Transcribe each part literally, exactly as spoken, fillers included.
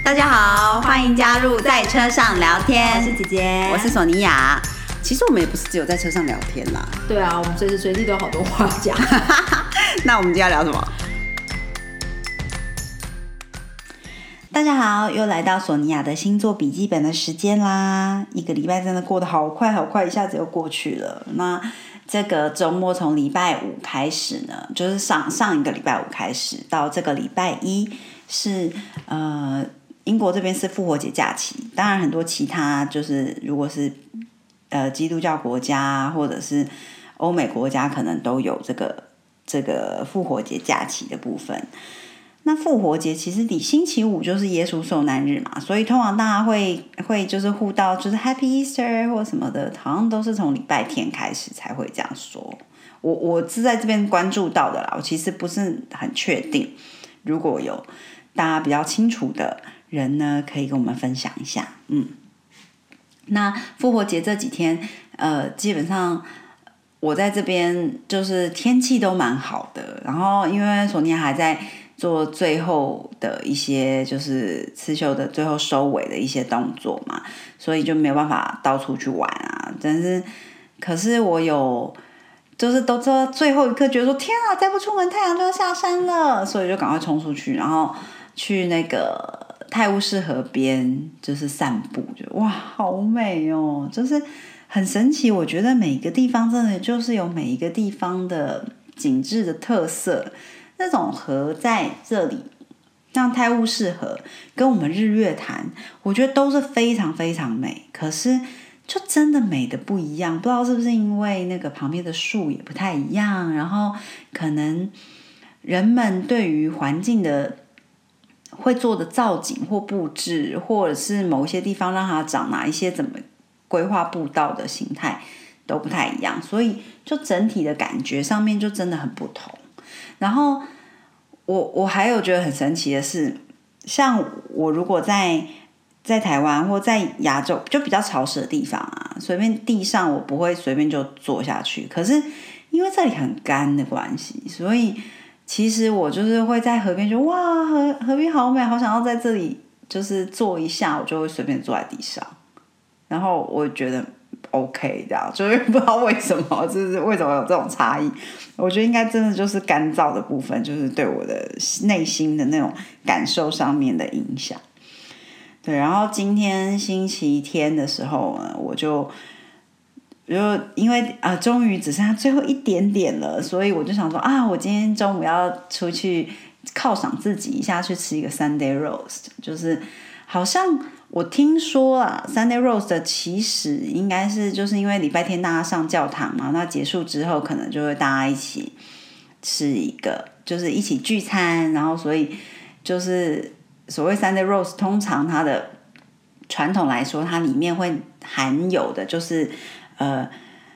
大家好，欢迎加入在车上聊天。 我是姐姐， 我是索尼娅。其实我们也不是只有在车上聊天啦。 对啊，我们随时随地都有好多话讲。 那我们今天要聊什么？大家好，又来到索尼娅的星座笔记本的时间啦！一个礼拜真的过得好快好快，一下子又过去了。那这个周末从礼拜五开始呢，就是上上一个礼拜五开始到这个礼拜一是呃英国这边是复活节假期，当然很多其他就是如果是呃基督教国家或者是欧美国家可能都有这个这个复活节假期的部分。那复活节其实你星期五就是耶稣受难日嘛，所以通常大家会会就是互道就是 Happy Easter 或什么的，好像都是从礼拜天开始才会这样说。我我是在这边关注到的啦，我其实不是很确定。如果有大家比较清楚的人呢，可以跟我们分享一下。嗯，那复活节这几天，呃，基本上我在这边就是天气都蛮好的，然后因为索尼娅还在做最后的一些就是刺绣的最后收尾的一些动作嘛，所以就没有办法到处去玩啊。但是，可是我有就是都做到最后一刻，觉得说天啊，再不出门太阳就要下山了，所以就赶快冲出去，然后去那个泰晤士河边就是散步，就哇，好美哦，就是很神奇。我觉得每个地方真的就是有每一个地方的景致的特色。那种河在这里，像泰晤士河跟我们日月潭，我觉得都是非常非常美，可是就真的美的不一样。不知道是不是因为那个旁边的树也不太一样，然后可能人们对于环境的会做的造景或布置，或者是某一些地方让它长哪一些怎么规划步道的形态都不太一样，所以就整体的感觉上面就真的很不同。然后我我还有觉得很神奇的是，像我如果在在台湾或在亚洲就比较潮湿的地方啊，随便地上我不会随便就坐下去，可是因为这里很干的关系，所以其实我就是会在河边就哇河河边好美，好想要在这里就是坐一下，我就会随便坐在地上，然后我觉得OK 这样，就是不知道为什么，就是为什么有这种差异。我觉得应该真的就是干燥的部分，就是对我的内心的那种感受上面的影响。对，然后今天星期天的时候呢，我就就因为啊、呃，终于只剩下最后一点点了，所以我就想说啊，我今天中午要出去犒赏自己一下，去吃一个 Sunday roast， 就是好像。我听说啊 Sunday roast 其实应该是就是因为礼拜天大家上教堂嘛，那结束之后可能就会大家一起吃一个，就是一起聚餐，然后所以就是所谓 Sunday roast 通常它的传统来说，它里面会含有的就是呃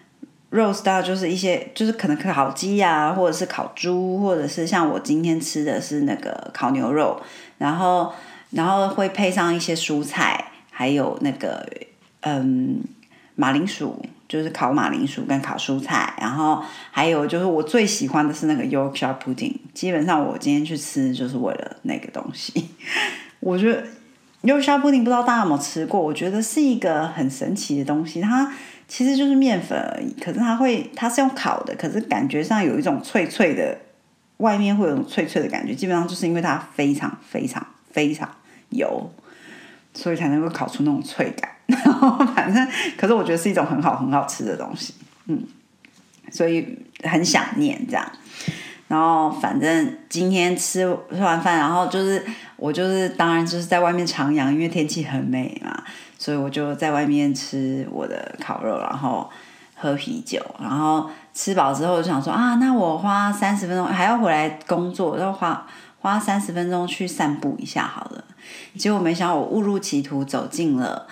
roast 到就是一些就是可能烤鸡啊，或者是烤猪，或者是像我今天吃的是那个烤牛肉，然后然后会配上一些蔬菜，还有那个嗯马铃薯，就是烤马铃薯跟烤蔬菜，然后还有就是我最喜欢的是那个 Yorkshire pudding， 基本上我今天去吃就是为了那个东西。我觉得 Yorkshire pudding 不知道大家有没有吃过，我觉得是一个很神奇的东西，它其实就是面粉而已，可是它会它是用烤的，可是感觉上有一种脆脆的，外面会有一种脆脆的感觉，基本上就是因为它非常非常非常油，所以才能够烤出那种脆感。然后反正，可是我觉得是一种很好很好吃的东西，嗯，所以很想念这样。然后反正今天吃吃完饭，然后就是我就是当然就是在外面徜徉，因为天气很美嘛，所以我就在外面吃我的烤肉，然后喝啤酒，然后吃饱之后就想说啊，那我花三十分钟还要回来工作，然后花。花三十分钟去散步一下好了，结果没想到我误入歧途，走进了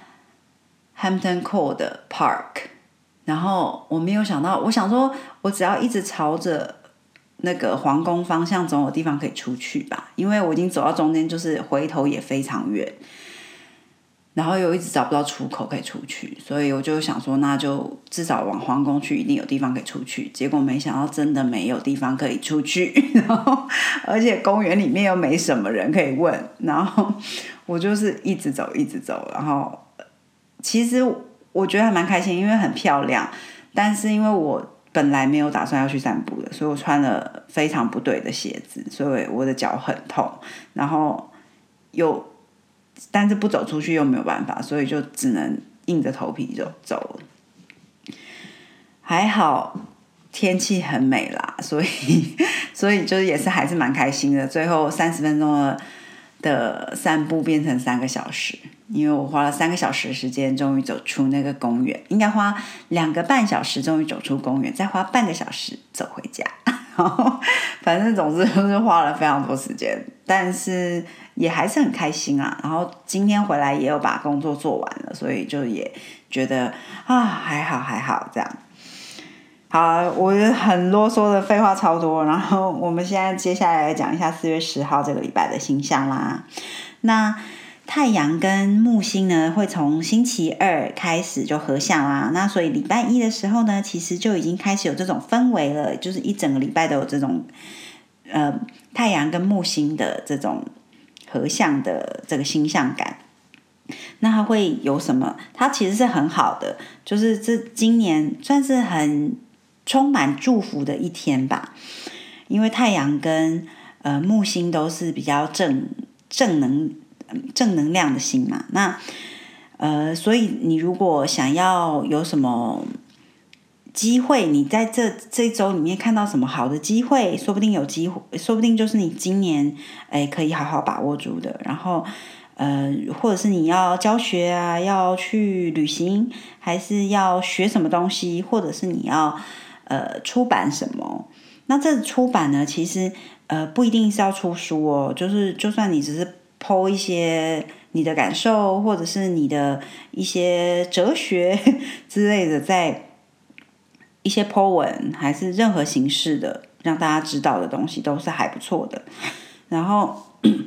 Hampton Court 的 Park， 然后我没有想到，我想说我只要一直朝着那个皇宫方向，总有地方可以出去吧，因为我已经走到中间，就是回头也非常远。 然后又一直找不到出口可以出去，所以我就想说，那就至少往皇宫去，一定有地方可以出去。结果没想到真的没有地方可以出去，然后而且公园里面又没什么人可以问，然后我就是一直走一直走，然后其实我觉得还蛮开心，因为很漂亮，但是因为我本来没有打算要去散步的，所以我穿了非常不对的鞋子，所以我的脚很痛，然后又但是不走出去又没有办法，所以就只能硬着头皮就走了。还好天气很美啦，所以所以就也是还是蛮开心的。最后三十分钟的的散步变成三个小时，因为我花了三个小时的时间，终于走出那个公园。应该花两个半小时，终于走出公园，再花半个小时走回家。然后反正总之就是花了非常多时间，但是也还是很开心啊。然后今天回来也有把工作做完了，所以就也觉得啊还好还好这样。好，我很啰嗦的废话超多，然后我们现在接下来讲一下四月十号这个礼拜的星象啦。那太阳跟木星呢会从星期二开始就合相啦，那所以礼拜一的时候呢，其实就已经开始有这种氛围了，就是一整个礼拜都有这种呃太阳跟木星的这种合相的这个星象感。那它会有什么？它其实是很好的，就是这今年算是很充满祝福的一天吧，因为太阳跟呃木星都是比较正正能正能量的星嘛，那呃，所以你如果想要有什么机会，你在这这一周里面看到什么好的机会，说不定有机会，说不定就是你今年哎可以好好把握住的。然后呃，或者是你要教学啊，要去旅行，还是要学什么东西，或者是你要呃出版什么。那这出版呢，其实呃不一定是要出书哦，就是就算你只是 po 一些你的感受，或者是你的一些哲学之类的，在一些 po 文，还是任何形式的让大家知道的东西，都是还不错的。然后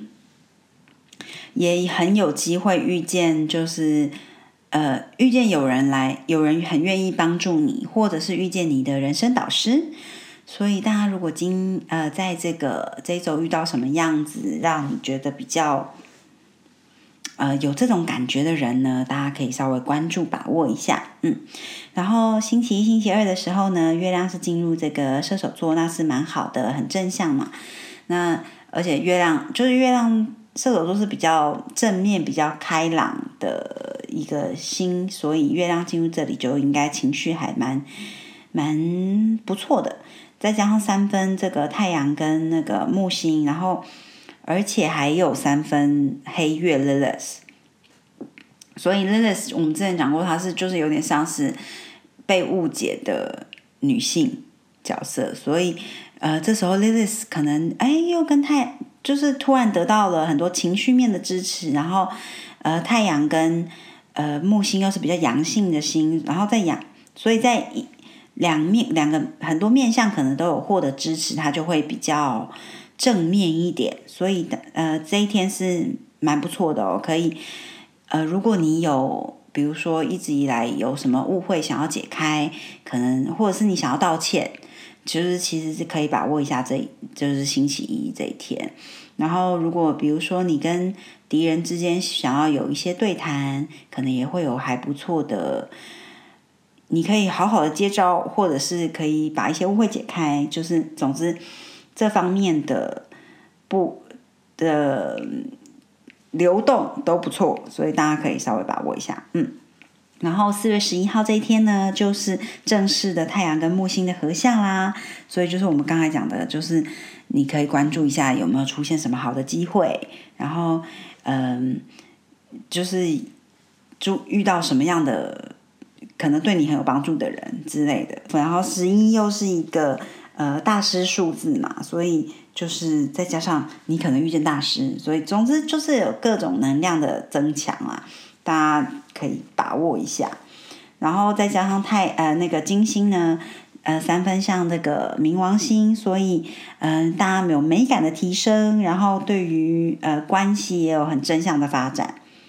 也很有机会遇见，就是呃遇见有人来，有人很愿意帮助你，或者是遇见你的人生导师。所以大家如果今呃在这个这一周遇到什么样子，让你觉得比较呃有这种感觉的人呢，大家可以稍微关注把握一下，嗯。然后星期一、星期二的时候呢，月亮是进入这个射手座，那是蛮好的，很正向嘛。那而且月亮就是月亮。射手座是比较正面、比较开朗的一个星，所以月亮进入这里就应该情绪还蛮蛮不错的。再加上三分这个太阳跟那个木星，然后而且还有三分黑月 Lilith， 所以 Lilith 我们之前讲过，它是就是有点像是被误解的女性角色，所以呃这时候 Lilith 可能哎又跟太就是突然得到了很多情绪面的支持，然后呃太阳跟呃木星又是比较阳性的星，然后再阳，所以在两面两个很多面向可能都有获得支持，它就会比较正面一点，所以呃这一天是蛮不错的哦，可以呃如果你有比如说一直以来有什么误会想要解开，可能或者是你想要道歉。就是其实是可以把握一下这就是星期一这一天，然后如果比如说你跟敌人之间想要有一些对谈，可能也会有还不错的，你可以好好的接招，或者是可以把一些误会解开，就是总之这方面的不的流动都不错，所以大家可以稍微把握一下，嗯。然后四月十一号这一天呢，就是正式的太阳跟木星的合相啦，所以就是我们刚才讲的，就是你可以关注一下有没有出现什么好的机会，然后嗯，就是就遇到什么样的可能对你很有帮助的人之类的。然后十一又是一个呃大师数字嘛，所以就是再加上你可能遇见大师，所以总之就是有各种能量的增强啊。大家可以把握一下，然后再加上太呃那个金星呢，呃三分像这个冥王星，所以嗯、呃、大家有美感的提升，然后对于呃关系也有很正向的发展，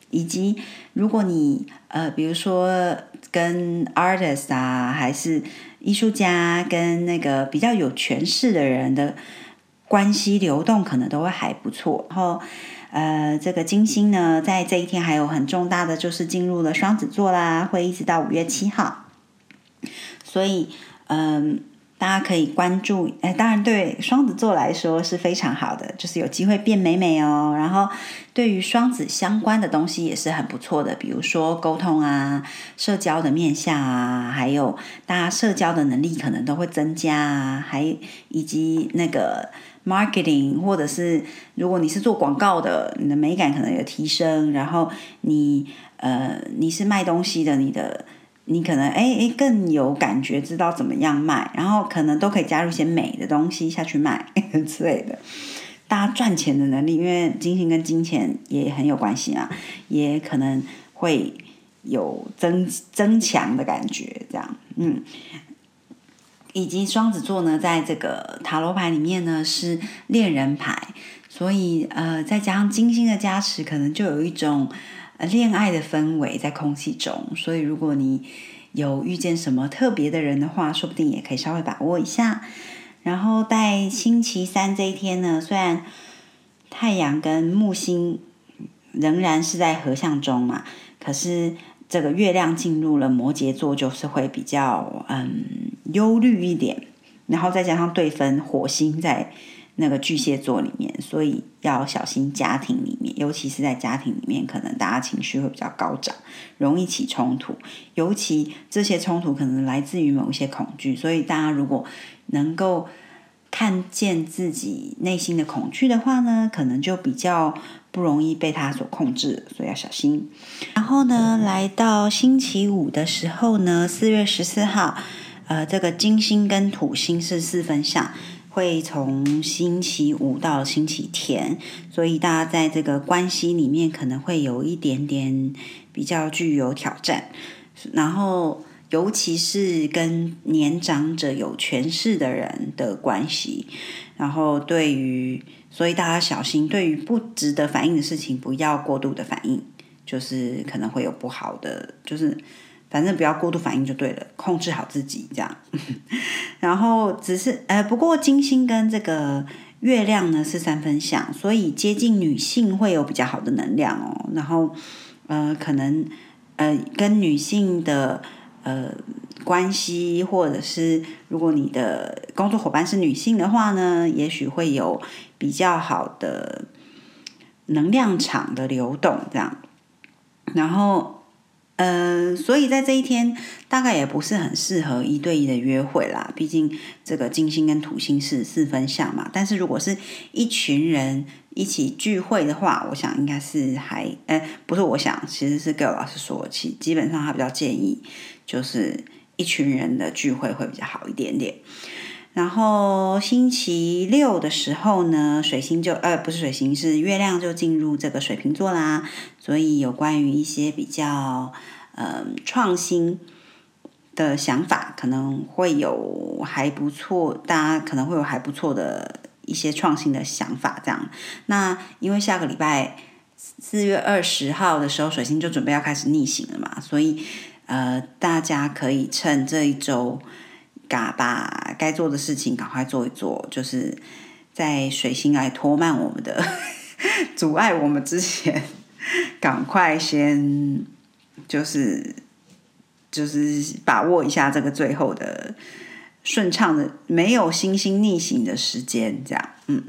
以及如果你呃，比如说跟 artist 啊，还是艺术家跟那个比较有权势的人的关系流动，可能都会还不错。然后呃，这个金星呢，在这一天还有很重大的，就是进入了双子座啦，会一直到五月七号。所以嗯、呃，大家可以关注，哎，当然对双子座来说是非常好的，就是有机会变美美哦。然后对于双子相关的东西也是很不错的，比如说沟通啊、社交的面向啊，还有大家社交的能力可能都会增加啊，还以及那个 marketing， 或者是如果你是做广告的，你的美感可能有提升，然后你呃你是卖东西的，你的你可能哎哎更有感觉，知道怎么样卖，然后可能都可以加入一些美的东西下去卖之类的。大家赚钱的能力，因为金星跟金钱也很有关系啊，也可能会有增增强的感觉，这样，嗯。以及双子座呢，在这个塔罗牌里面呢是恋人牌，所以呃再加上金星的加持，可能就有一种呃恋爱的氛围在空气中。所以如果你有遇见什么特别的人的话，说不定也可以稍微把握一下。然后在星期三这一天呢，虽然太阳跟木星仍然是在合相中嘛，可是这个月亮进入了摩羯座，就是会比较嗯忧虑一点，然后再加上对分火星在那个巨蟹座里面，所以要小心家庭里面，尤其是在家庭里面，可能大家情绪会比较高涨，容易起冲突，尤其这些冲突可能来自于某一些恐惧，所以大家如果能够看见自己内心的恐惧的话呢，可能就比较不容易被它所控制，所以要小心。然后呢，来到星期五的时候呢，四月十四号，呃，这个金星跟土星是四分相，会从星期五到星期天，所以大家在这个关系里面可能会有一点点比较具有挑战，然后尤其是跟年长者有权势的人的关系，然后对于，所以大家小心，对于不值得反应的事情不要过度的反应，就是可能会有不好的，就是反正不要过度反应就对了，控制好自己这样。然后只是呃，不过金星跟这个月亮呢是三分相，所以接近女性会有比较好的能量哦。然后呃，可能呃跟女性的呃关系，或者是如果你的工作伙伴是女性的话呢，也许会有比较好的能量场的流动这样。然后呃，所以在这一天大概也不是很适合一对一的约会啦，毕竟这个金星跟土星是四分相嘛。但是如果是一群人一起聚会的话，我想应该是还，呃，不是我想，其实是 Gail 老师说，其基本上他比较建议就是一群人的聚会会比较好一点点。然后星期六的时候呢，水星就呃不是水星，是月亮就进入这个水瓶座啦，所以有关于一些比较呃创新的想法，可能会有还不错，大家可能会有还不错的一些创新的想法这样。那因为下个礼拜四月二十号的时候，水星就准备要开始逆行了嘛，所以呃大家可以趁这一周把该做的事情赶快做一做，就是在水星来拖慢我们的阻碍我们之前，赶快先就是就是把握一下这个最后的顺畅的没有星星逆行的时间，这样。嗯，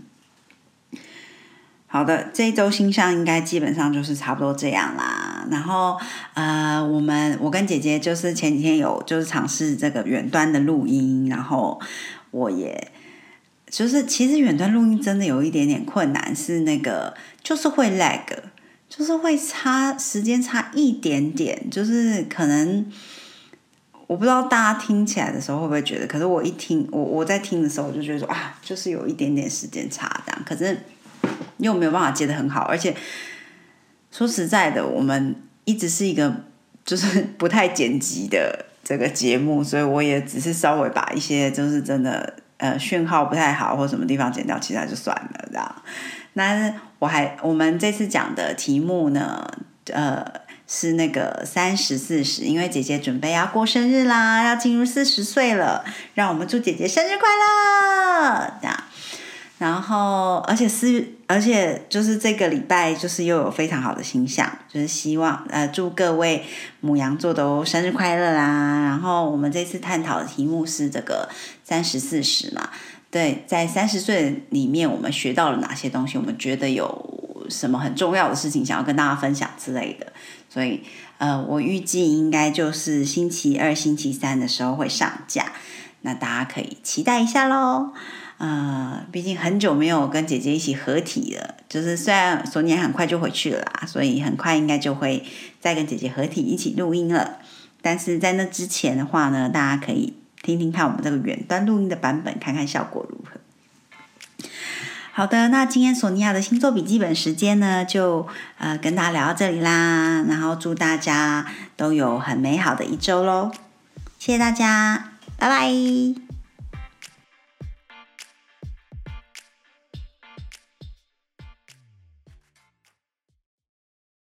好的，这一周星象应该基本上就是差不多这样啦。然后呃，我们我跟姐姐就是前几天有就是尝试这个远端的录音，然后我也就是其实远端录音真的有一点点困难，是那个就是会 lag， 就是会差时间差一点点，就是可能我不知道大家听起来的时候会不会觉得，可是我一听我我在听的时候我就觉得说啊，就是有一点点时间差这样，可是又没有办法接得很好，而且说实在的，我们一直是一个就是不太剪辑的这个节目，所以我也只是稍微把一些就是真的呃讯号不太好或什么地方剪掉，其他就算了这样。那我还我们这次讲的题目呢， 呃是那个三十四十，因为姐姐准备要过生日啦，要进入四十岁了，让我们祝姐姐生日快乐！这样，然后而且四而且就是这个礼拜就是又有非常好的星象，就是希望呃祝各位牡羊座都生日快乐啦。然后我们这次探讨的题目是这个三十四十嘛，对，在三十岁里面我们学到了哪些东西，我们觉得有什么很重要的事情想要跟大家分享之类的。所以呃，我预计应该就是星期二、星期三的时候会上架，那大家可以期待一下咯。呃，毕竟很久没有跟姐姐一起合体了，就是虽然索尼娅很快就回去了啦，所以很快应该就会再跟姐姐合体一起录音了。但是在那之前的话呢，大家可以听听看我们这个远端录音的版本，看看效果如何。好的，那今天索尼娅的星座笔记本时间呢，就呃跟大家聊到这里啦，然后祝大家都有很美好的一周咯，谢谢大家，拜拜。